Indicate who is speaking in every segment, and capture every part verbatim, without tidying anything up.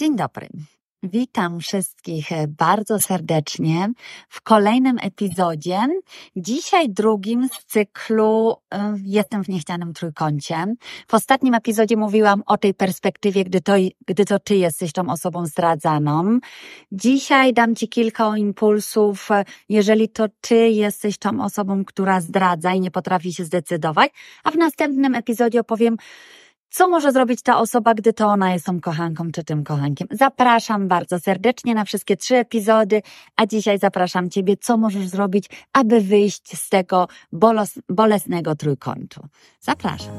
Speaker 1: Dzień dobry. Witam wszystkich bardzo serdecznie w kolejnym epizodzie. Dzisiaj drugim z cyklu y, Jestem w niechcianym trójkącie. W ostatnim epizodzie mówiłam o tej perspektywie, gdy to, gdy to ty jesteś tą osobą zdradzaną. Dzisiaj dam ci kilka impulsów, jeżeli to ty jesteś tą osobą, która zdradza i nie potrafi się zdecydować, a w następnym epizodzie opowiem, co może zrobić ta osoba, gdy to ona jest tą kochanką czy tym kochankiem. Zapraszam bardzo serdecznie na wszystkie trzy epizody, a dzisiaj zapraszam ciebie, co możesz zrobić, aby wyjść z tego bolos, bolesnego trójkątu. Zapraszam.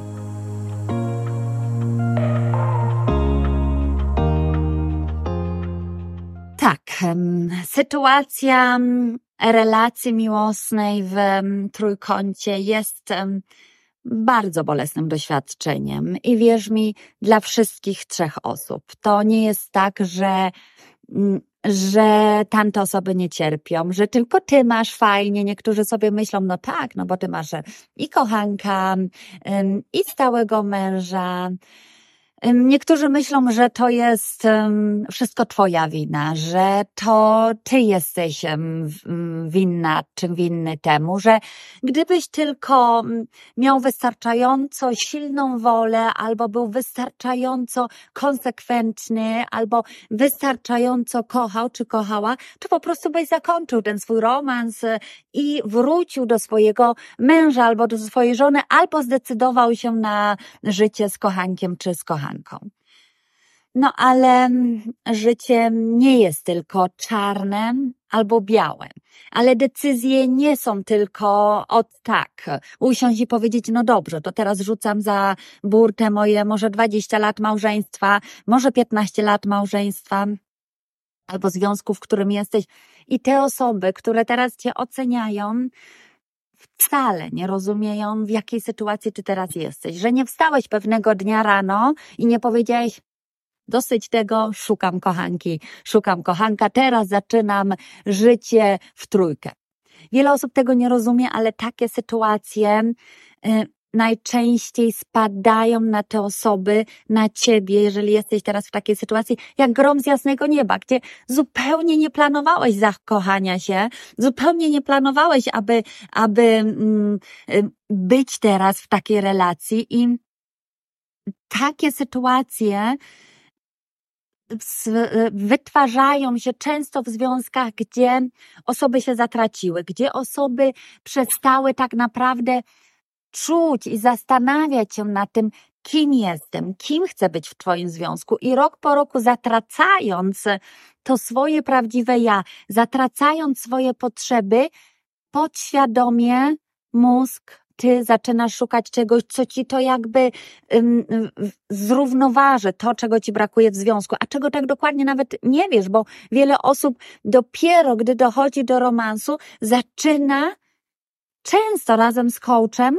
Speaker 1: Tak, sytuacja relacji miłosnej w trójkącie jest bardzo bolesnym doświadczeniem i wierz mi, dla wszystkich trzech osób. To nie jest tak, że, że tamte osoby nie cierpią, że tylko ty masz fajnie. Niektórzy sobie myślą, no tak, no bo ty masz i kochanka, i stałego męża. Niektórzy myślą, że to jest wszystko twoja wina, że to ty jesteś winna czy winny temu, że gdybyś tylko miał wystarczająco silną wolę, albo był wystarczająco konsekwentny, albo wystarczająco kochał czy kochała, to po prostu byś zakończył ten swój romans i wrócił do swojego męża albo do swojej żony, albo zdecydował się na życie z kochankiem czy z kochanką. No ale życie nie jest tylko czarne albo białe, ale decyzje nie są tylko od tak, usiąść i powiedzieć, no dobrze, to teraz rzucam za burtę moje może dwadzieścia lat małżeństwa, może piętnaście lat małżeństwa, albo związku, w którym jesteś, i te osoby, które teraz cię oceniają, wcale nie rozumieją, w jakiej sytuacji ty teraz jesteś, że nie wstałeś pewnego dnia rano i nie powiedziałeś, dosyć tego, szukam kochanki, szukam kochanka, teraz zaczynam życie w trójkę. Wiele osób tego nie rozumie, ale takie sytuacje y, najczęściej spadają na te osoby, na ciebie, jeżeli jesteś teraz w takiej sytuacji, jak grom z jasnego nieba, gdzie zupełnie nie planowałeś zakochania się, zupełnie nie planowałeś, aby, aby mm, być teraz w takiej relacji, i takie sytuacje wytwarzają się często w związkach, gdzie osoby się zatraciły, gdzie osoby przestały tak naprawdę czuć i zastanawiać się nad tym, kim jestem, kim chcę być w twoim związku, i rok po roku zatracając to swoje prawdziwe ja, zatracając swoje potrzeby, podświadomie mózg, ty zaczynasz szukać czegoś, co ci to jakby um, zrównoważy to, czego ci brakuje w związku, a czego tak dokładnie nawet nie wiesz, bo wiele osób dopiero, gdy dochodzi do romansu, zaczyna często razem z coachem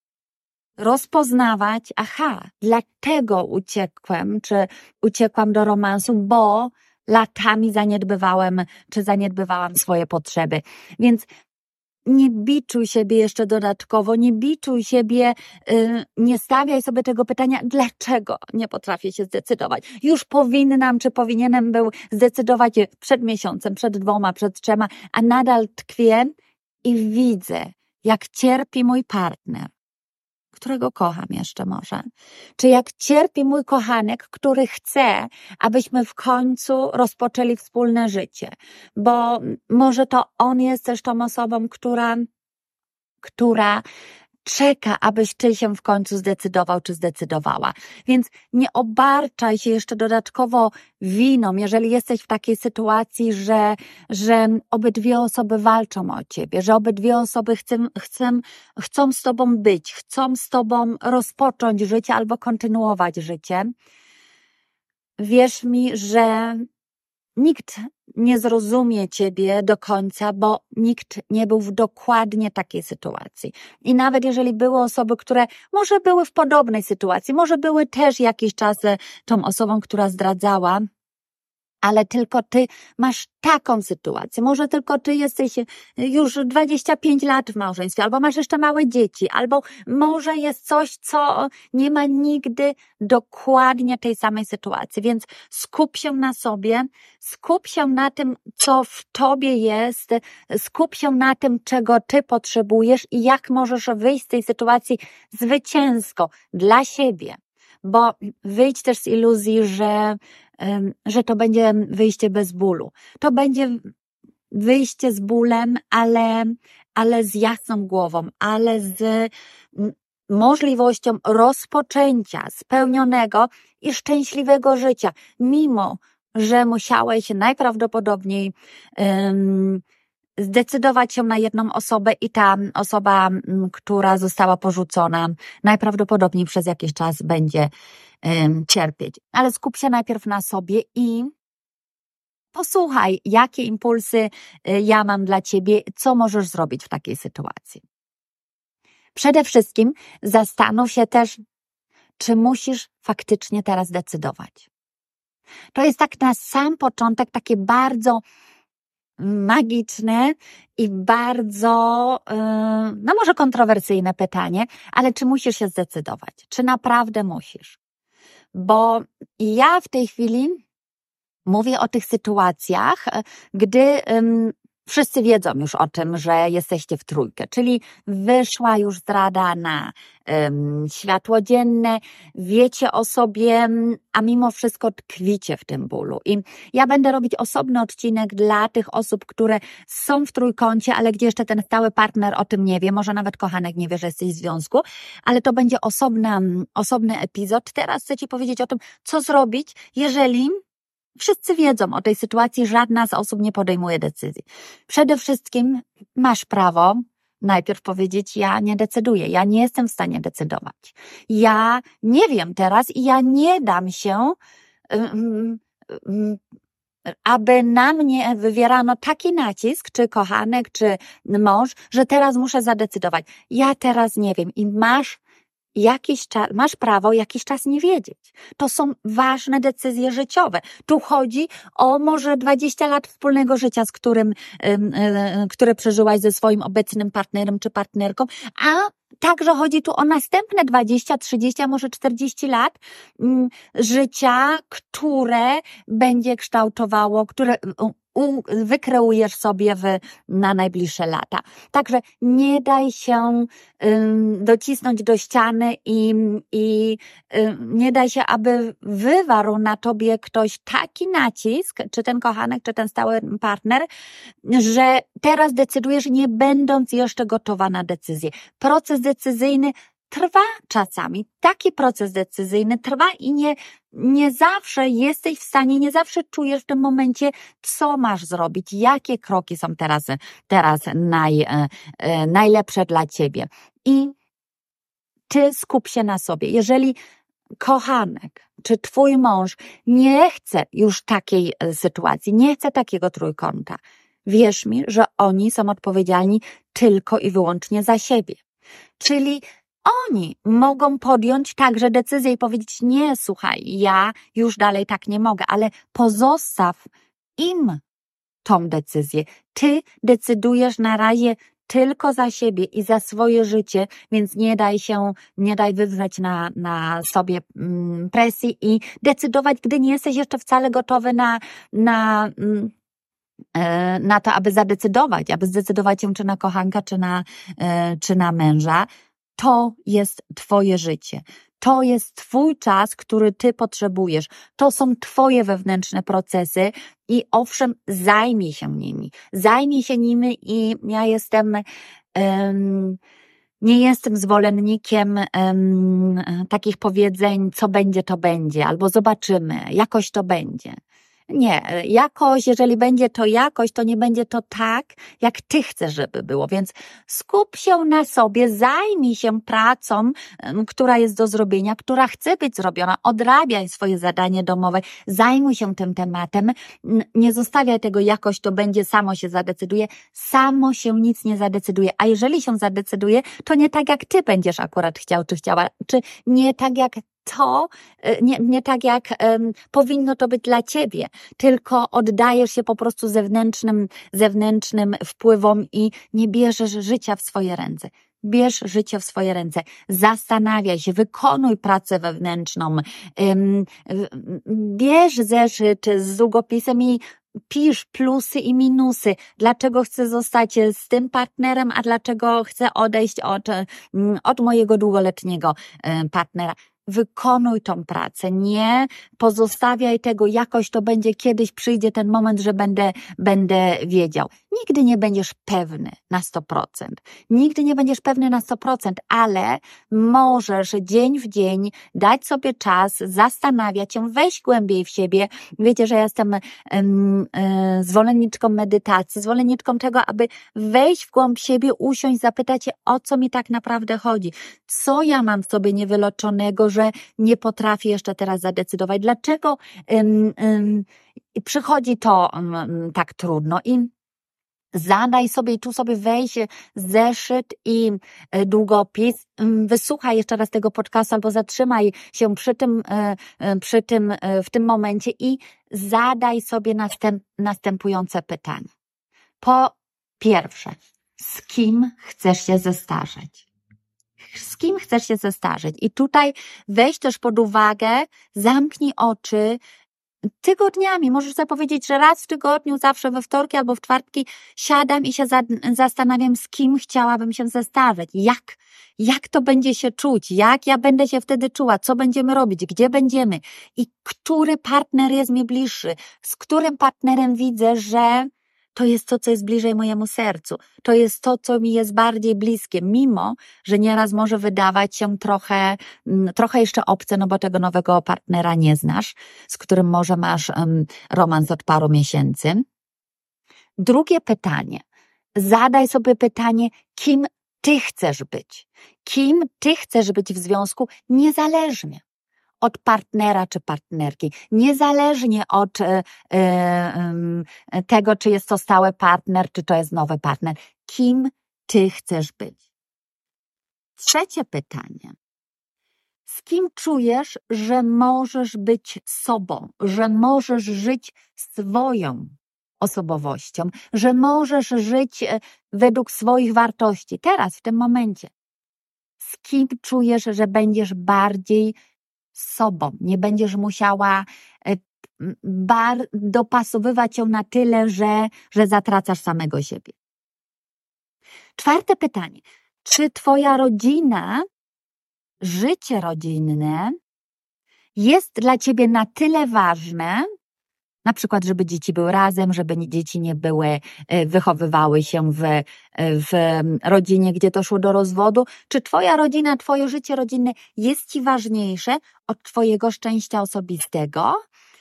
Speaker 1: rozpoznawać, aha, dlatego uciekłem, czy uciekłam do romansu, bo latami zaniedbywałem, czy zaniedbywałam swoje potrzeby. Więc nie biczuj siebie jeszcze dodatkowo, nie biczuj siebie, yy, nie stawiaj sobie tego pytania, dlaczego nie potrafię się zdecydować. Już powinnam, czy powinienem był zdecydować przed miesiącem, przed dwoma, przed trzema, a nadal tkwię i widzę, jak cierpi mój partner, którego kocham jeszcze może, czy jak cierpi mój kochanek, który chce, abyśmy w końcu rozpoczęli wspólne życie, bo może to on jest też tą osobą, która, która czeka, abyś ty się w końcu zdecydował, czy zdecydowała. Więc nie obarczaj się jeszcze dodatkowo winą, jeżeli jesteś w takiej sytuacji, że, że obydwie osoby walczą o ciebie, że obydwie osoby chcą, chcą, chcą z tobą być, chcą z tobą rozpocząć życie albo kontynuować życie. Wierz mi, że nikt nie zrozumie ciebie do końca, bo nikt nie był w dokładnie takiej sytuacji. I nawet jeżeli były osoby, które może były w podobnej sytuacji, może były też jakiś czas tą osobą, która zdradzała, ale tylko ty masz taką sytuację. Może tylko ty jesteś już dwadzieścia pięć lat w małżeństwie, albo masz jeszcze małe dzieci, albo może jest coś, co nie ma nigdy dokładnie tej samej sytuacji. Więc skup się na sobie, skup się na tym, co w tobie jest, skup się na tym, czego ty potrzebujesz i jak możesz wyjść z tej sytuacji zwycięsko dla siebie. Bo wyjdź też z iluzji, że że to będzie wyjście bez bólu. To będzie wyjście z bólem, ale, ale z jasną głową, ale z możliwością rozpoczęcia spełnionego i szczęśliwego życia, mimo że musiałeś najprawdopodobniej um, zdecydować się na jedną osobę i ta osoba, która została porzucona, najprawdopodobniej przez jakiś czas będzie um, cierpieć. Ale skup się najpierw na sobie i posłuchaj, jakie impulsy ja mam dla ciebie, co możesz zrobić w takiej sytuacji. Przede wszystkim zastanów się też, czy musisz faktycznie teraz decydować. To jest tak na sam początek takie bardzo magiczne i bardzo, no może kontrowersyjne pytanie, ale czy musisz się zdecydować? Czy naprawdę musisz? Bo ja w tej chwili mówię o tych sytuacjach, gdy um, wszyscy wiedzą już o tym, że jesteście w trójkę, czyli wyszła już zdrada na um, światło dzienne, wiecie o sobie, a mimo wszystko tkwicie w tym bólu. I ja będę robić osobny odcinek dla tych osób, które są w trójkącie, ale gdzie jeszcze ten stały partner o tym nie wie, może nawet kochanek nie wie, że jesteś w związku, ale to będzie osobna, osobny epizod. Teraz chcę ci powiedzieć o tym, co zrobić, jeżeli wszyscy wiedzą o tej sytuacji, żadna z osób nie podejmuje decyzji. Przede wszystkim masz prawo najpierw powiedzieć, ja nie decyduję, ja nie jestem w stanie decydować. Ja nie wiem teraz i ja nie dam się, um, um, aby na mnie wywierano taki nacisk, czy kochanek, czy mąż, że teraz muszę zadecydować. Ja teraz nie wiem i masz Jakiś czas, masz prawo jakiś czas nie wiedzieć. To są ważne decyzje życiowe. Tu chodzi o może dwadzieścia lat wspólnego życia, z którym, które przeżyłaś ze swoim obecnym partnerem czy partnerką, a także chodzi tu o następne dwadzieścia, trzydzieści, a może czterdzieści lat życia, które będzie kształtowało, które wykreujesz sobie w, na najbliższe lata. Także nie daj się um, docisnąć do ściany i, i um, nie daj się, aby wywarł na tobie ktoś taki nacisk, czy ten kochanek, czy ten stały partner, że teraz decydujesz, nie będąc jeszcze gotowa na decyzję. Proces decyzyjny trwa czasami. Taki proces decyzyjny trwa i nie, nie zawsze jesteś w stanie, nie zawsze czujesz w tym momencie, co masz zrobić, jakie kroki są teraz, teraz naj, e, najlepsze dla ciebie. I ty skup się na sobie. Jeżeli kochanek czy twój mąż nie chce już takiej sytuacji, nie chce takiego trójkąta, wierz mi, że oni są odpowiedzialni tylko i wyłącznie za siebie. Czyli oni mogą podjąć także decyzję i powiedzieć, nie, słuchaj, ja już dalej tak nie mogę, ale pozostaw im tą decyzję. Ty decydujesz na razie tylko za siebie i za swoje życie, więc nie daj się, nie daj wywrzeć na, na sobie mm, presji i decydować, gdy nie jesteś jeszcze wcale gotowy na, na, mm, e, na to, aby zadecydować, aby zdecydować się czy na kochanka, czy na, e, czy na męża. To jest twoje życie. To jest twój czas, który ty potrzebujesz. To są twoje wewnętrzne procesy i owszem, zajmij się nimi. Zajmij się nimi i ja jestem, um, nie jestem zwolennikiem um, takich powiedzeń, co będzie, to będzie, albo zobaczymy, jakoś to będzie. Nie, jakoś, jeżeli będzie to jakoś, to nie będzie to tak, jak ty chcesz, żeby było. Więc skup się na sobie, zajmij się pracą, która jest do zrobienia, która chce być zrobiona. Odrabiaj swoje zadanie domowe, zajmuj się tym tematem. Nie zostawiaj tego jakoś, to będzie, samo się zadecyduje. Samo się nic nie zadecyduje. A jeżeli się zadecyduje, to nie tak, jak ty będziesz akurat chciał, czy chciała, czy nie tak, jak to, nie, nie tak jak um, powinno to być dla ciebie, tylko oddajesz się po prostu zewnętrznym, zewnętrznym wpływom i nie bierzesz życia w swoje ręce. Bierz życie w swoje ręce, zastanawiaj się, wykonuj pracę wewnętrzną, um, bierz zeszyt z długopisem i pisz plusy i minusy, dlaczego chcę zostać z tym partnerem, a dlaczego chcę odejść od, od mojego długoletniego partnera. Wykonuj tą pracę, nie pozostawiaj tego, jakoś to będzie, kiedyś przyjdzie ten moment, że będę, będę wiedział. Nigdy nie będziesz pewny na sto procent. Nigdy nie będziesz pewny na sto procent, ale możesz dzień w dzień dać sobie czas, zastanawiać się, wejść głębiej w siebie. Wiecie, że ja jestem um, um, zwolenniczką medytacji, zwolenniczką tego, aby wejść w głąb siebie, usiąść, zapytać się, o co mi tak naprawdę chodzi. Co ja mam w sobie niewyloczonego, że nie potrafię jeszcze teraz zadecydować. Dlaczego um, um, przychodzi to um, tak trudno? I zadaj sobie, i tu sobie weź zeszyt i długopis, wysłuchaj jeszcze raz tego podcastu albo zatrzymaj się przy tym, przy tym, w tym momencie i zadaj sobie następ, następujące pytania. Po pierwsze, z kim chcesz się zestarzeć? Z kim chcesz się zestarzeć? I tutaj weź też pod uwagę, zamknij oczy, tygodniami, możesz sobie powiedzieć, że raz w tygodniu, zawsze we wtorki albo w czwartki siadam i się za, zastanawiam, z kim chciałabym się zestarzeć, jak, jak to będzie się czuć, jak ja będę się wtedy czuła, co będziemy robić, gdzie będziemy i który partner jest mi bliższy, z którym partnerem widzę, że to jest to, co jest bliżej mojemu sercu. To jest to, co mi jest bardziej bliskie, mimo że nieraz może wydawać się trochę, trochę jeszcze obce, no bo tego nowego partnera nie znasz, z którym może masz um, romans od paru miesięcy. Drugie pytanie. Zadaj sobie pytanie, kim ty chcesz być? Kim ty chcesz być w związku niezależnie od partnera czy partnerki, niezależnie od e, e, tego, czy jest to stały partner, czy to jest nowy partner. Kim ty chcesz być? Trzecie pytanie. Z kim czujesz, że możesz być sobą, że możesz żyć swoją osobowością, że możesz żyć według swoich wartości, teraz, w tym momencie? Z kim czujesz, że będziesz bardziej sobą, nie będziesz musiała bar, dopasowywać się na tyle, że, że zatracasz samego siebie. Czwarte pytanie. Czy twoja rodzina, życie rodzinne jest dla ciebie na tyle ważne, na przykład, żeby dzieci były razem, żeby dzieci nie były, wychowywały się w, w rodzinie, gdzie doszło do rozwodu? Czy twoja rodzina, twoje życie rodzinne jest ci ważniejsze od twojego szczęścia osobistego?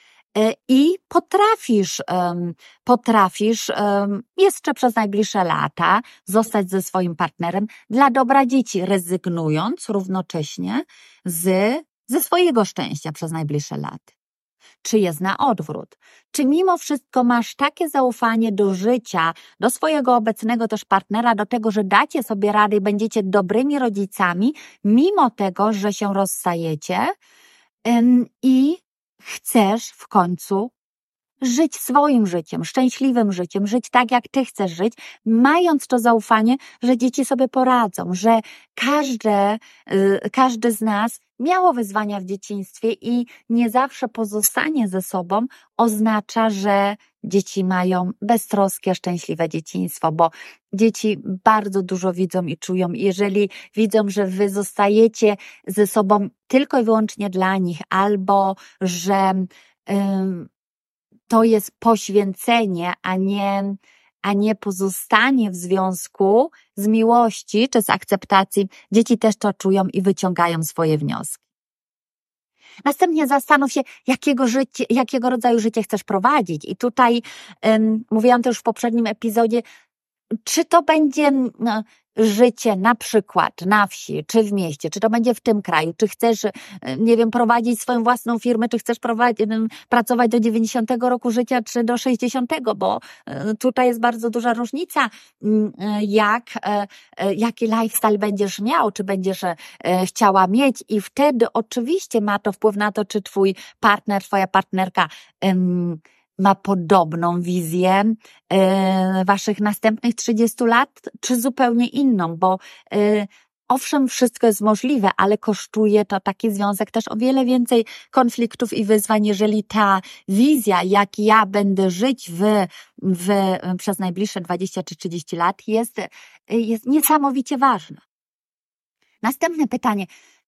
Speaker 1: I potrafisz, potrafisz jeszcze przez najbliższe lata zostać ze swoim partnerem dla dobra dzieci, rezygnując równocześnie z, ze swojego szczęścia przez najbliższe lata. Czy jest na odwrót? Czy mimo wszystko masz takie zaufanie do życia, do swojego obecnego też partnera, do tego, że dacie sobie radę i będziecie dobrymi rodzicami, mimo tego, że się rozstajecie ym, i chcesz w końcu żyć swoim życiem, szczęśliwym życiem, żyć tak, jak ty chcesz żyć, mając to zaufanie, że dzieci sobie poradzą, że każde, każdy z nas miało wyzwania w dzieciństwie i nie zawsze pozostanie ze sobą oznacza, że dzieci mają beztroskie, szczęśliwe dzieciństwo, bo dzieci bardzo dużo widzą i czują. Jeżeli widzą, że wy zostajecie ze sobą tylko i wyłącznie dla nich, albo że ym, to jest poświęcenie, a nie, a nie pozostanie w związku z miłości czy z akceptacji, dzieci też to czują i wyciągają swoje wnioski. Następnie zastanów się, jakiego, życie, jakiego rodzaju życie chcesz prowadzić. I tutaj um, mówiłam to już w poprzednim epizodzie, czy to będzie no, życie na przykład na wsi, czy w mieście, czy to będzie w tym kraju, czy chcesz, nie wiem, prowadzić swoją własną firmę, czy chcesz prowadzić, pracować do dziewięćdziesiątego roku życia, czy do sześćdziesiątego, bo tutaj jest bardzo duża różnica, jak, jaki lifestyle będziesz miał, czy będziesz chciała mieć i wtedy oczywiście ma to wpływ na to, czy twój partner, twoja partnerka um, ma podobną wizję e, waszych następnych trzydziestu lat, czy zupełnie inną, bo e, owszem, wszystko jest możliwe, ale kosztuje to taki związek też o wiele więcej konfliktów i wyzwań, jeżeli ta wizja, jak ja będę żyć w, w, przez najbliższe dwadzieścia czy trzydzieści lat, jest, jest niesamowicie ważna. Następne pytanie.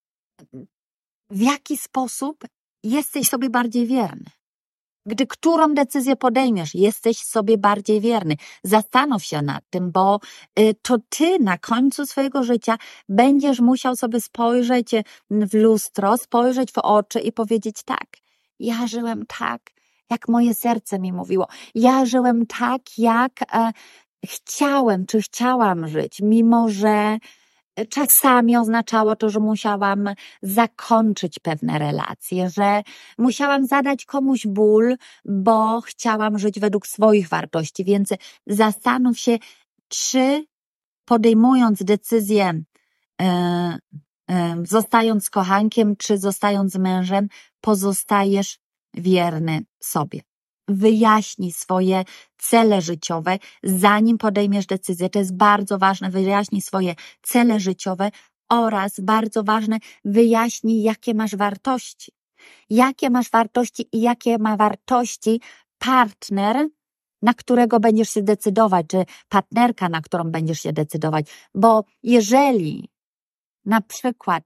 Speaker 1: W jaki sposób jesteś sobie bardziej wierny? Gdy którą decyzję podejmiesz, jesteś sobie bardziej wierny. Zastanów się nad tym, bo to ty na końcu swojego życia będziesz musiał sobie spojrzeć w lustro, spojrzeć w oczy i powiedzieć tak, ja żyłem tak, jak moje serce mi mówiło. Ja żyłem tak, jak e, chciałem, czy chciałam żyć, mimo że czasami oznaczało to, że musiałam zakończyć pewne relacje, że musiałam zadać komuś ból, bo chciałam żyć według swoich wartości. Więc zastanów się, czy podejmując decyzję, yy, yy, zostając kochankiem, czy zostając mężem, pozostajesz wierny sobie. Wyjaśnij swoje cele życiowe, zanim podejmiesz decyzję. To jest bardzo ważne, wyjaśnij swoje cele życiowe oraz bardzo ważne, wyjaśnij, jakie masz wartości. Jakie masz wartości i jakie ma wartości partner, na którego będziesz się decydować, czy partnerka, na którą będziesz się decydować. Bo jeżeli na przykład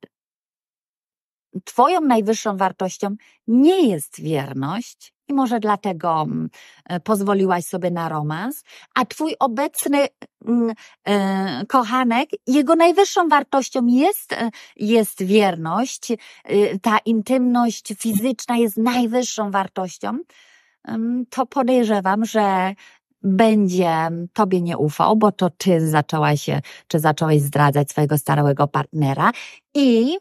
Speaker 1: twoją najwyższą wartością nie jest wierność i może dlatego pozwoliłaś sobie na romans, a twój obecny e, kochanek, jego najwyższą wartością jest, jest wierność, ta intymność fizyczna jest najwyższą wartością, to podejrzewam, że będzie tobie nie ufał, bo to ty zaczęłaś się, czy zacząłeś zdradzać swojego starego partnera i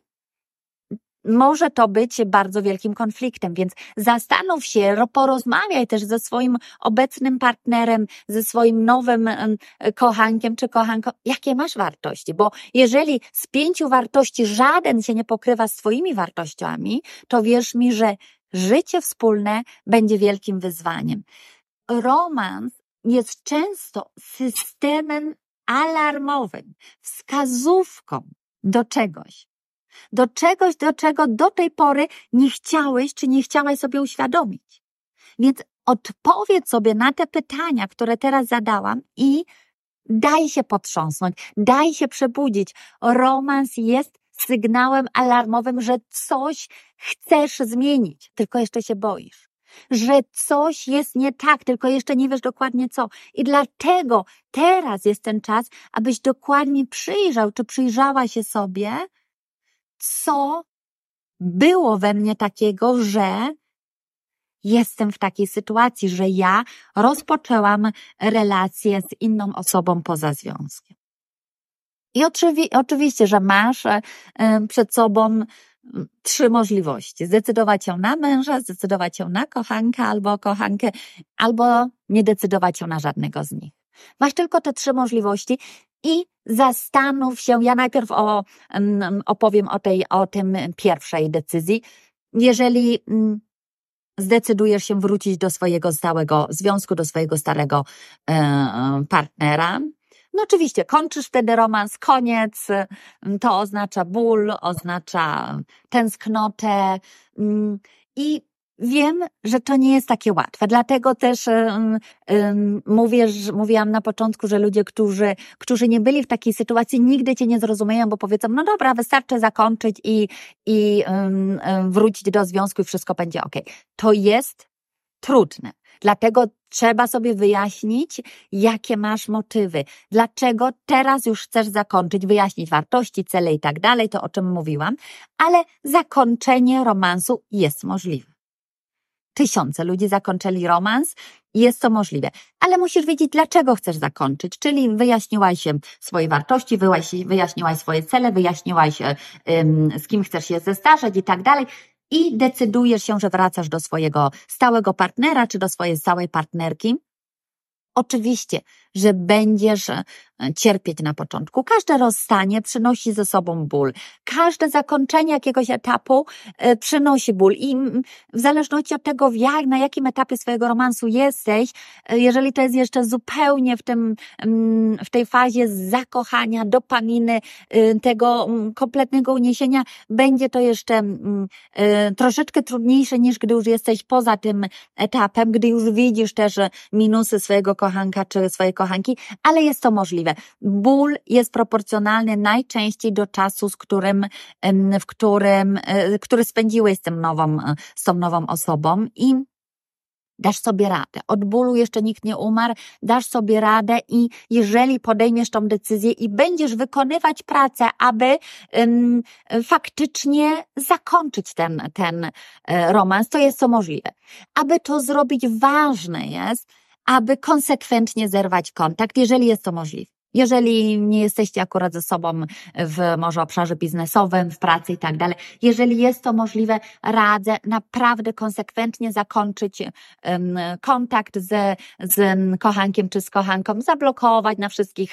Speaker 1: może to być bardzo wielkim konfliktem, więc zastanów się, porozmawiaj też ze swoim obecnym partnerem, ze swoim nowym kochankiem czy kochanką, jakie masz wartości, bo jeżeli z pięciu wartości żaden się nie pokrywa z twoimi wartościami, to wierz mi, że życie wspólne będzie wielkim wyzwaniem. Romans jest często systemem alarmowym, wskazówką do czegoś. Do czegoś, do czego do tej pory nie chciałeś, czy nie chciałaś sobie uświadomić. Więc odpowiedz sobie na te pytania, które teraz zadałam i daj się potrząsnąć, daj się przebudzić. Romans jest sygnałem alarmowym, że coś chcesz zmienić, tylko jeszcze się boisz. Że coś jest nie tak, tylko jeszcze nie wiesz dokładnie co. I dlatego teraz jest ten czas, abyś dokładnie przyjrzał, czy przyjrzała się sobie, co było we mnie takiego, że jestem w takiej sytuacji, że ja rozpoczęłam relację z inną osobą poza związkiem. I oczywi- oczywiście, że masz przed sobą trzy możliwości. Zdecydować się na męża, zdecydować się na kochanka albo kochankę, albo nie decydować się na żadnego z nich. Masz tylko te trzy możliwości i zastanów się, ja najpierw o, opowiem o tej, o tym pierwszej decyzji. Jeżeli zdecydujesz się wrócić do swojego stałego związku, do swojego starego e, partnera, no oczywiście kończysz wtedy romans, koniec, to oznacza ból, oznacza tęsknotę i wiem, że to nie jest takie łatwe, dlatego też um, um, mówię, że, mówiłam na początku, że ludzie, którzy, którzy nie byli w takiej sytuacji, nigdy cię nie zrozumieją, bo powiedzą, no dobra, wystarczy zakończyć i, i um, um, wrócić do związku i wszystko będzie okej. To jest trudne, dlatego trzeba sobie wyjaśnić, jakie masz motywy, dlaczego teraz już chcesz zakończyć, wyjaśnić wartości, cele i tak dalej, to o czym mówiłam, ale zakończenie romansu jest możliwe. Tysiące ludzi zakończyli romans Jest to możliwe, ale musisz wiedzieć, dlaczego chcesz zakończyć, czyli wyjaśniłaś swoje wartości, wyjaśniłaś swoje cele, wyjaśniłaś, z kim chcesz się zestarzeć i tak dalej i decydujesz się, że wracasz do swojego stałego partnera czy do swojej stałej partnerki. Oczywiście, że będziesz cierpieć na początku. Każde rozstanie przynosi ze sobą ból. Każde zakończenie jakiegoś etapu przynosi ból i w zależności od tego, jak, na jakim etapie swojego romansu jesteś, jeżeli to jest jeszcze zupełnie w tym, w tej fazie zakochania, dopaminy, tego kompletnego uniesienia, będzie to jeszcze troszeczkę trudniejsze niż gdy już jesteś poza tym etapem, gdy już widzisz też minusy swojego kochanka czy swojej kochanki, ale jest to możliwe. Ból jest proporcjonalny najczęściej do czasu, z którym, w którym, który spędziłeś z tym nową, z tą nową osobą i dasz sobie radę. Od bólu jeszcze nikt nie umarł, dasz sobie radę i jeżeli podejmiesz tą decyzję i będziesz wykonywać pracę, aby um, faktycznie zakończyć ten, ten romans, to jest to możliwe. Aby to zrobić, ważne jest, aby konsekwentnie zerwać kontakt, jeżeli jest to możliwe. Jeżeli nie jesteście akurat ze sobą w może obszarze biznesowym, w pracy i tak dalej, jeżeli jest to możliwe, radzę naprawdę konsekwentnie zakończyć um, kontakt ze, z kochankiem czy z kochanką, zablokować na wszystkich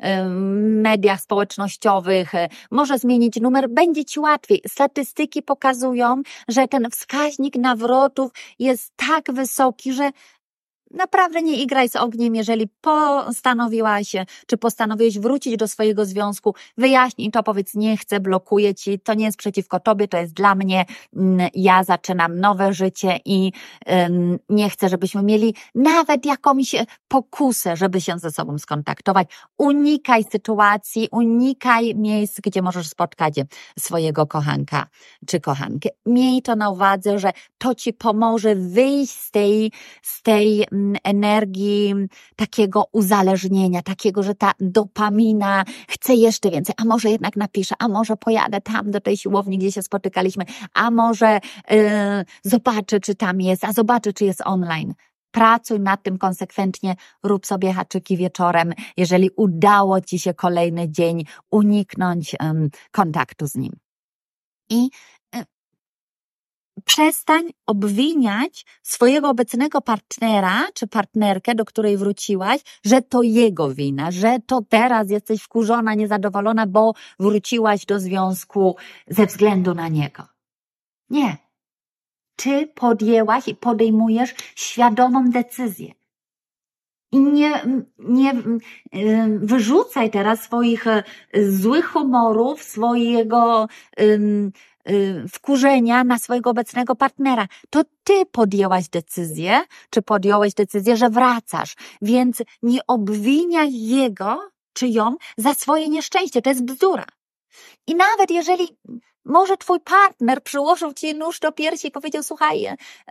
Speaker 1: um, mediach społecznościowych, może zmienić numer, będzie Ci łatwiej. Statystyki pokazują, że ten wskaźnik nawrotów jest tak wysoki, że naprawdę nie igraj z ogniem, jeżeli postanowiłaś, czy postanowiłeś wrócić do swojego związku, wyjaśnij to, powiedz nie chcę, blokuję Ci, to nie jest przeciwko Tobie, to jest dla mnie, ja zaczynam nowe życie i um, nie chcę, żebyśmy mieli nawet jakąś pokusę, żeby się ze sobą skontaktować. Unikaj sytuacji, unikaj miejsc, gdzie możesz spotkać swojego kochanka czy kochankę. Miej to na uwadze, że to Ci pomoże wyjść z tej, z tej energii takiego uzależnienia, takiego, że ta dopamina chce jeszcze więcej, a może jednak napiszę, a może pojadę tam do tej siłowni, gdzie się spotykaliśmy, a może yy, zobaczę, czy tam jest, a zobaczę, czy jest online. Pracuj nad tym konsekwentnie, rób sobie haczyki wieczorem, jeżeli udało Ci się kolejny dzień uniknąć um, kontaktu z nim. I przestań obwiniać swojego obecnego partnera czy partnerkę, do której wróciłaś, że to jego wina, że to teraz jesteś wkurzona, niezadowolona, bo wróciłaś do związku ze względu na niego. Nie. Ty podjęłaś i podejmujesz świadomą decyzję. I nie, nie wyrzucaj teraz swoich złych humorów, swojego wkurzenia na swojego obecnego partnera. To ty podjęłaś decyzję, czy podjąłeś decyzję, że wracasz, więc nie obwiniaj jego czy ją za swoje nieszczęście. To jest bzdura. I nawet jeżeli może twój partner przyłożył ci nóż do piersi i powiedział, słuchaj,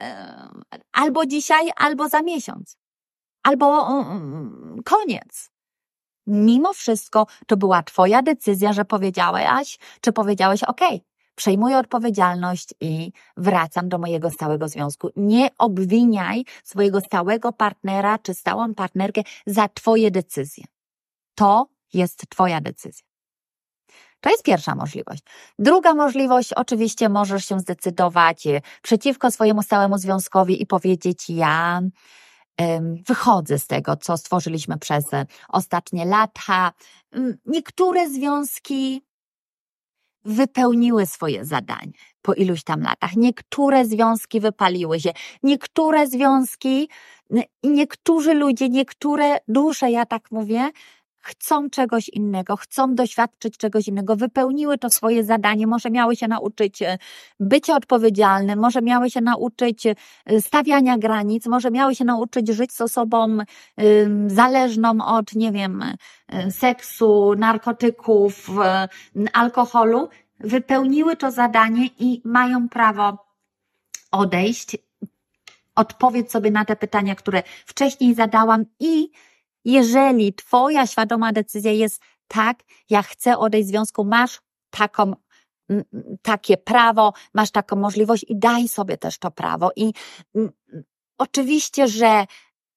Speaker 1: albo dzisiaj, albo za miesiąc, albo koniec. Mimo wszystko to była twoja decyzja, że powiedziałaś, czy powiedziałeś, okej, przejmuję odpowiedzialność i wracam do mojego stałego związku. Nie obwiniaj swojego stałego partnera czy stałą partnerkę za twoje decyzje. To jest twoja decyzja. To jest pierwsza możliwość. Druga możliwość, oczywiście możesz się zdecydować przeciwko swojemu stałemu związkowi i powiedzieć, ja wychodzę z tego, co stworzyliśmy przez ostatnie lata. Niektóre związki wypełniły swoje zadanie po iluś tam latach. Niektóre związki wypaliły się. Niektóre związki i niektórzy ludzie, niektóre dusze, ja tak mówię, chcą czegoś innego, chcą doświadczyć czegoś innego, wypełniły to swoje zadanie, może miały się nauczyć bycia odpowiedzialnym, może miały się nauczyć stawiania granic, może miały się nauczyć żyć z osobą zależną od, nie wiem, seksu, narkotyków, alkoholu, wypełniły to zadanie i mają prawo odejść. Odpowiedz sobie na te pytania, które wcześniej zadałam i jeżeli twoja świadoma decyzja jest tak, ja chcę odejść z związku, masz taką, takie prawo, masz taką możliwość i daj sobie też to prawo. I oczywiście, że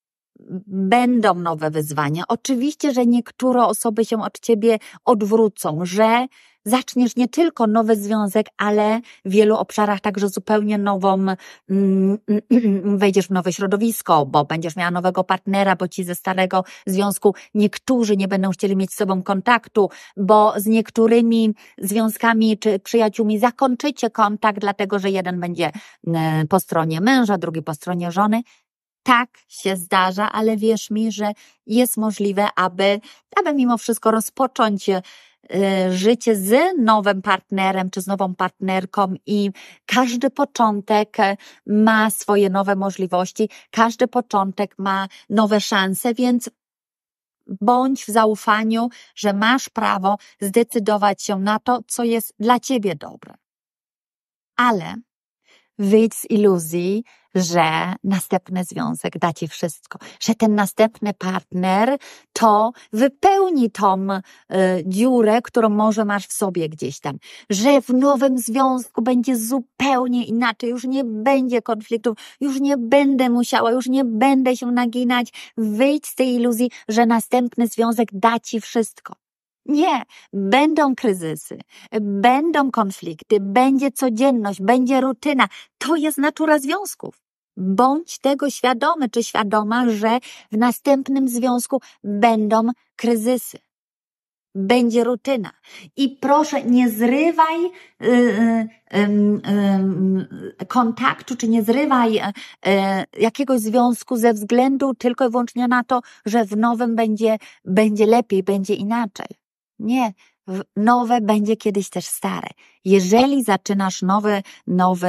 Speaker 1: będą nowe wyzwania. Oczywiście, że niektóre osoby się od ciebie odwrócą, że zaczniesz nie tylko nowy związek, ale w wielu obszarach także zupełnie nową, mm, wejdziesz w nowe środowisko, bo będziesz miała nowego partnera, bo ci ze starego związku niektórzy nie będą chcieli mieć z sobą kontaktu, bo z niektórymi związkami czy przyjaciółmi zakończycie kontakt, dlatego że jeden będzie e, po stronie męża, drugi po stronie żony. Tak się zdarza, ale wierz mi, że jest możliwe, aby, aby mimo wszystko rozpocząć e, życie z nowym partnerem czy z nową partnerką i każdy początek e, ma swoje nowe możliwości, każdy początek ma nowe szanse, więc bądź w zaufaniu, że masz prawo zdecydować się na to, co jest dla ciebie dobre. Ale wyjdź z iluzji, że następny związek da ci wszystko, że ten następny partner to wypełni tą y, dziurę, którą może masz w sobie gdzieś tam, że w nowym związku będzie zupełnie inaczej, już nie będzie konfliktów, już nie będę musiała, już nie będę się naginać. Wyjdź z tej iluzji, że następny związek da ci wszystko. Nie, będą kryzysy, będą konflikty, będzie codzienność, będzie rutyna. To jest natura związków. Bądź tego świadomy czy świadoma, że w następnym związku będą kryzysy. Będzie rutyna. I proszę, nie zrywaj y, y, y, y, kontaktu, czy nie zrywaj y, jakiegoś związku ze względu tylko i wyłącznie na to, że w nowym będzie, będzie lepiej, będzie inaczej. Nie, nowe będzie kiedyś też stare. Jeżeli zaczynasz nowy, nowy,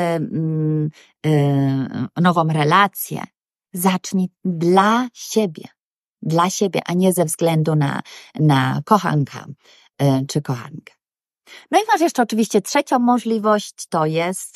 Speaker 1: yy, nową relację, zacznij dla siebie, dla siebie, a nie ze względu na, na kochanka yy, czy kochankę. No i masz jeszcze oczywiście trzecią możliwość, to jest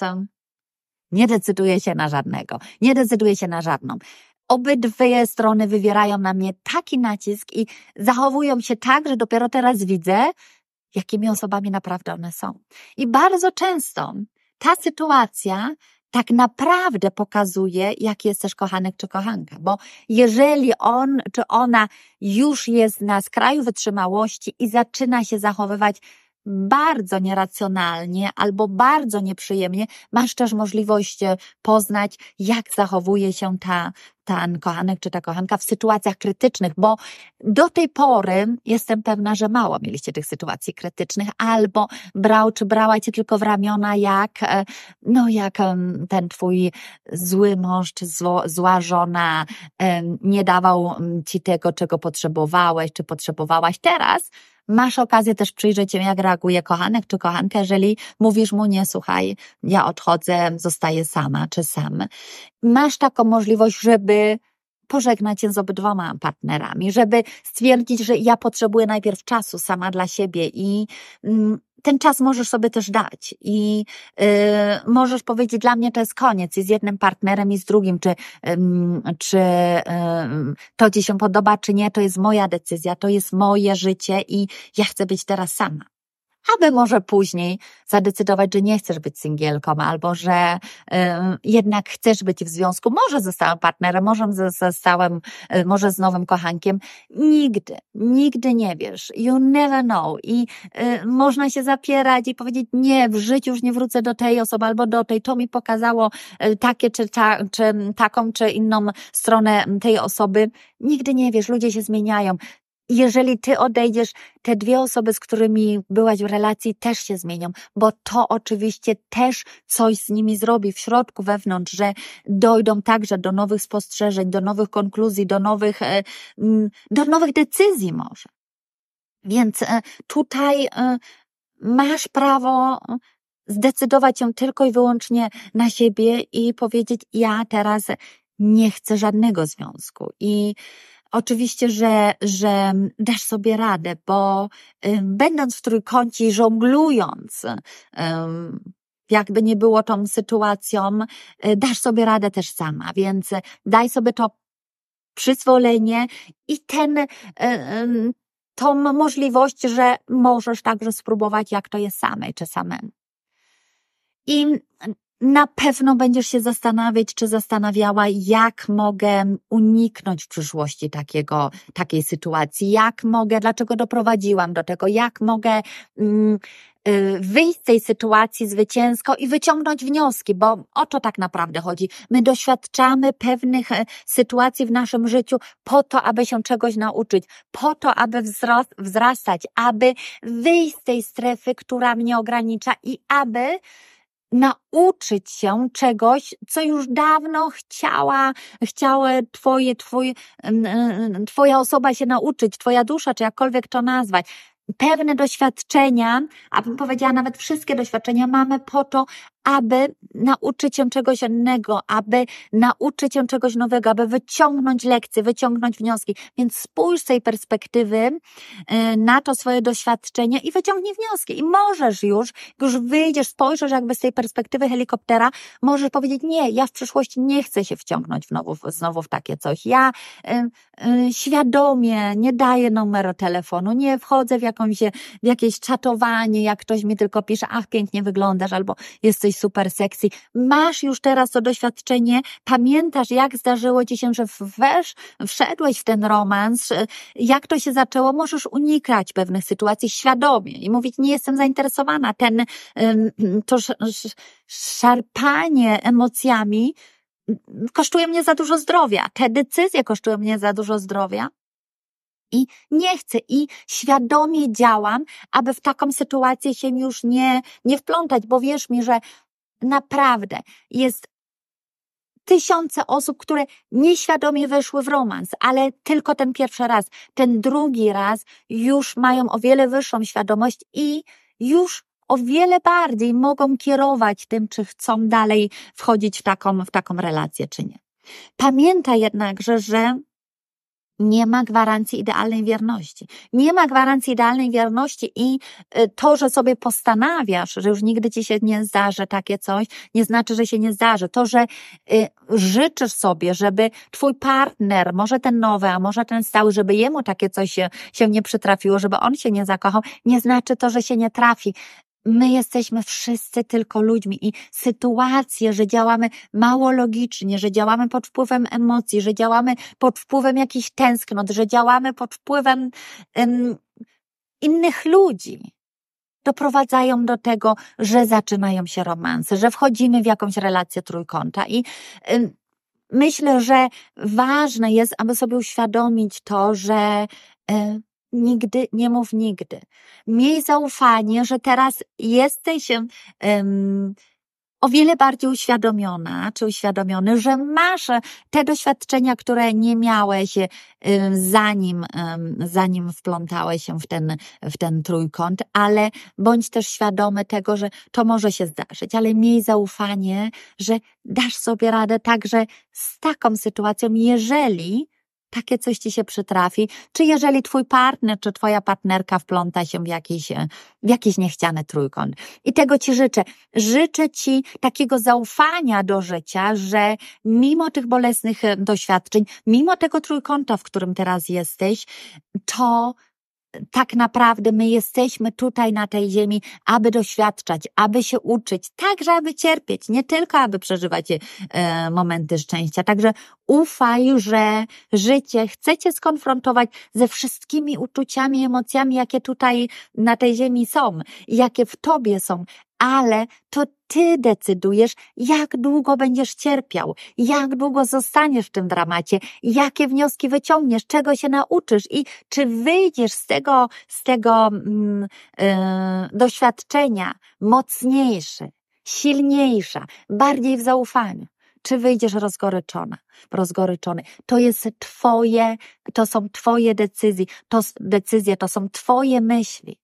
Speaker 1: nie decyduje się na żadnego, nie decyduje się na żadną. Obydwie strony wywierają na mnie taki nacisk i zachowują się tak, że dopiero teraz widzę, jakimi osobami naprawdę one są. I bardzo często ta sytuacja tak naprawdę pokazuje, jaki jest też kochanek czy kochanka, bo jeżeli on czy ona już jest na skraju wytrzymałości i zaczyna się zachowywać bardzo nieracjonalnie albo bardzo nieprzyjemnie, masz też możliwość poznać, jak zachowuje się ta, ten kochanek czy ta kochanka w sytuacjach krytycznych, bo do tej pory jestem pewna, że mało mieliście tych sytuacji krytycznych, albo brał czy brała cię tylko w ramiona jak, no jak ten twój zły mąż czy zło, zła żona nie dawał ci tego, czego potrzebowałeś czy potrzebowałaś. Teraz masz okazję też przyjrzeć się, jak reaguje kochanek czy kochanka, jeżeli mówisz mu nie, słuchaj, ja odchodzę, zostaję sama czy sam. Masz taką możliwość, żeby pożegnać się z obydwoma partnerami, żeby stwierdzić, że ja potrzebuję najpierw czasu sama dla siebie i mm, ten czas możesz sobie też dać i yy, możesz powiedzieć, dla mnie to jest koniec i z jednym partnerem i z drugim, czy, yy, czy yy, to ci się podoba, czy nie, to jest moja decyzja, to jest moje życie i ja chcę być teraz sama. Aby może później zadecydować, że nie chcesz być singielką, albo że y, jednak chcesz być w związku, może ze stałym partnerem, może ze stałym, y, może z nowym kochankiem. Nigdy, nigdy nie wiesz. You never know. I y, można się zapierać i powiedzieć, nie, w życiu już nie wrócę do tej osoby albo do tej. To mi pokazało y, takie, czy, ta, czy taką, czy inną stronę tej osoby. Nigdy nie wiesz, ludzie się zmieniają. Jeżeli ty odejdziesz, te dwie osoby, z którymi byłaś w relacji, też się zmienią, bo to oczywiście też coś z nimi zrobi w środku, wewnątrz, że dojdą także do nowych spostrzeżeń, do nowych konkluzji, do nowych, do nowych decyzji może. Więc tutaj masz prawo zdecydować się tylko i wyłącznie na siebie i powiedzieć, ja teraz nie chcę żadnego związku. I oczywiście, że, że dasz sobie radę, bo y, będąc w trójkącie i żonglując, y, jakby nie było tą sytuacją, y, dasz sobie radę też sama, więc daj sobie to przyzwolenie i ten, y, y, tą możliwość, że możesz także spróbować, jak to jest samej czy samemu. I na pewno będziesz się zastanawiać, czy zastanawiała, jak mogę uniknąć w przyszłości takiego, takiej sytuacji, jak mogę, dlaczego doprowadziłam do tego, jak mogę mm, y, wyjść z tej sytuacji zwycięsko i wyciągnąć wnioski, bo o to tak naprawdę chodzi. My doświadczamy pewnych e, sytuacji w naszym życiu po to, aby się czegoś nauczyć, po to, aby wzros- wzrastać, aby wyjść z tej strefy, która mnie ogranicza i aby nauczyć się czegoś, co już dawno chciała, chciały twoje, twój, em, em, twoja osoba się nauczyć, twoja dusza, czy jakkolwiek to nazwać. Pewne doświadczenia, abym powiedziała nawet wszystkie doświadczenia mamy po to, aby nauczyć się czegoś innego, aby nauczyć się czegoś nowego, aby wyciągnąć lekcje, wyciągnąć wnioski. Więc spójrz z tej perspektywy y, na to swoje doświadczenie i wyciągnij wnioski. I możesz już, już wyjdziesz, spojrzysz jakby z tej perspektywy helikoptera, możesz powiedzieć, nie, ja w przyszłości nie chcę się wciągnąć znowu, znowu w takie coś. Ja y, y, świadomie nie daję numeru telefonu, nie wchodzę w jakąś, w jakieś czatowanie, jak ktoś mi tylko pisze, ach, pięknie wyglądasz, albo jesteś super sexy. Masz już teraz to doświadczenie, pamiętasz, jak zdarzyło ci się, że wesz, wszedłeś w ten romans, jak to się zaczęło, możesz unikać pewnych sytuacji świadomie i mówić, nie jestem zainteresowana. Ten, to szarpanie emocjami kosztuje mnie za dużo zdrowia. Te decyzje kosztują mnie za dużo zdrowia. I nie chcę i świadomie działam, aby w taką sytuację się już nie, nie wplątać, bo wierz mi, że naprawdę jest tysiące osób, które nieświadomie weszły w romans, ale tylko ten pierwszy raz, ten drugi raz już mają o wiele wyższą świadomość i już o wiele bardziej mogą kierować tym, czy chcą dalej wchodzić w taką, w taką relację, czy nie. Pamiętaj jednakże, że nie ma gwarancji idealnej wierności. Nie ma gwarancji idealnej wierności i to, że sobie postanawiasz, że już nigdy ci się nie zdarzy takie coś, nie znaczy, że się nie zdarzy. To, że y, życzysz sobie, żeby twój partner, może ten nowy, a może ten stały, żeby jemu takie coś się, się nie przytrafiło, żeby on się nie zakochał, nie znaczy to, że się nie trafi. My jesteśmy wszyscy tylko ludźmi i sytuacje, że działamy mało logicznie, że działamy pod wpływem emocji, że działamy pod wpływem jakichś tęsknot, że działamy pod wpływem um, innych ludzi, doprowadzają do tego, że zaczynają się romanse, że wchodzimy w jakąś relację trójkąta i um, myślę, że ważne jest, aby sobie uświadomić to, że um, nigdy, nie mów nigdy. Miej zaufanie, że teraz jesteś um, o wiele bardziej uświadomiona, czy uświadomiony, że masz te doświadczenia, które nie miałeś um, zanim, um, zanim wplątałeś się w ten, w ten trójkąt, ale bądź też świadomy tego, że to może się zdarzyć, ale miej zaufanie, że dasz sobie radę także z taką sytuacją, jeżeli takie coś ci się przytrafi, czy jeżeli twój partner, czy twoja partnerka wpląta się w jakiś, w jakiś niechciany trójkąt. I tego ci życzę. Życzę ci takiego zaufania do życia, że mimo tych bolesnych doświadczeń, mimo tego trójkąta, w którym teraz jesteś, to tak naprawdę my jesteśmy tutaj na tej ziemi, aby doświadczać, aby się uczyć, także aby cierpieć, nie tylko aby przeżywać e, momenty szczęścia. Także ufaj, że życie chce cię skonfrontować ze wszystkimi uczuciami, emocjami, jakie tutaj na tej ziemi są, jakie w tobie są, ale to ty decydujesz, jak długo będziesz cierpiał, jak długo zostaniesz w tym dramacie, jakie wnioski wyciągniesz, czego się nauczysz i czy wyjdziesz z tego, z tego mm, yy, doświadczenia mocniejszy, silniejsza, bardziej w zaufaniu. Czy wyjdziesz rozgoryczona, rozgoryczony. To jest twoje, to są twoje decyzje, to decyzje, to są twoje myśli,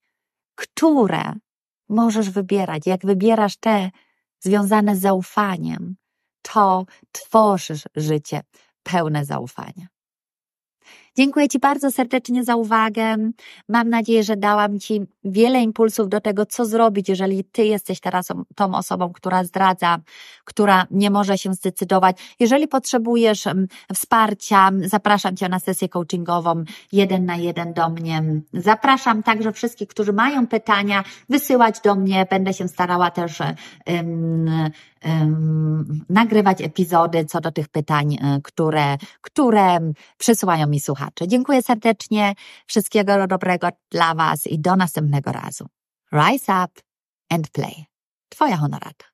Speaker 1: które możesz wybierać. Jak wybierasz te związane z zaufaniem, to tworzysz życie pełne zaufania. Dziękuję Ci bardzo serdecznie za uwagę. Mam nadzieję, że dałam Ci wiele impulsów do tego, co zrobić, jeżeli Ty jesteś teraz tą osobą, która zdradza, która nie może się zdecydować. Jeżeli potrzebujesz wsparcia, zapraszam Cię na sesję coachingową jeden na jeden do mnie. Zapraszam także wszystkich, którzy mają pytania, wysyłać do mnie. Będę się starała też um, um, nagrywać epizody co do tych pytań, które, które przysyłają mi słuchacze. Dziękuję serdecznie, wszystkiego dobrego dla Was i do następnego razu. Rise up and play. Twoja Honorata.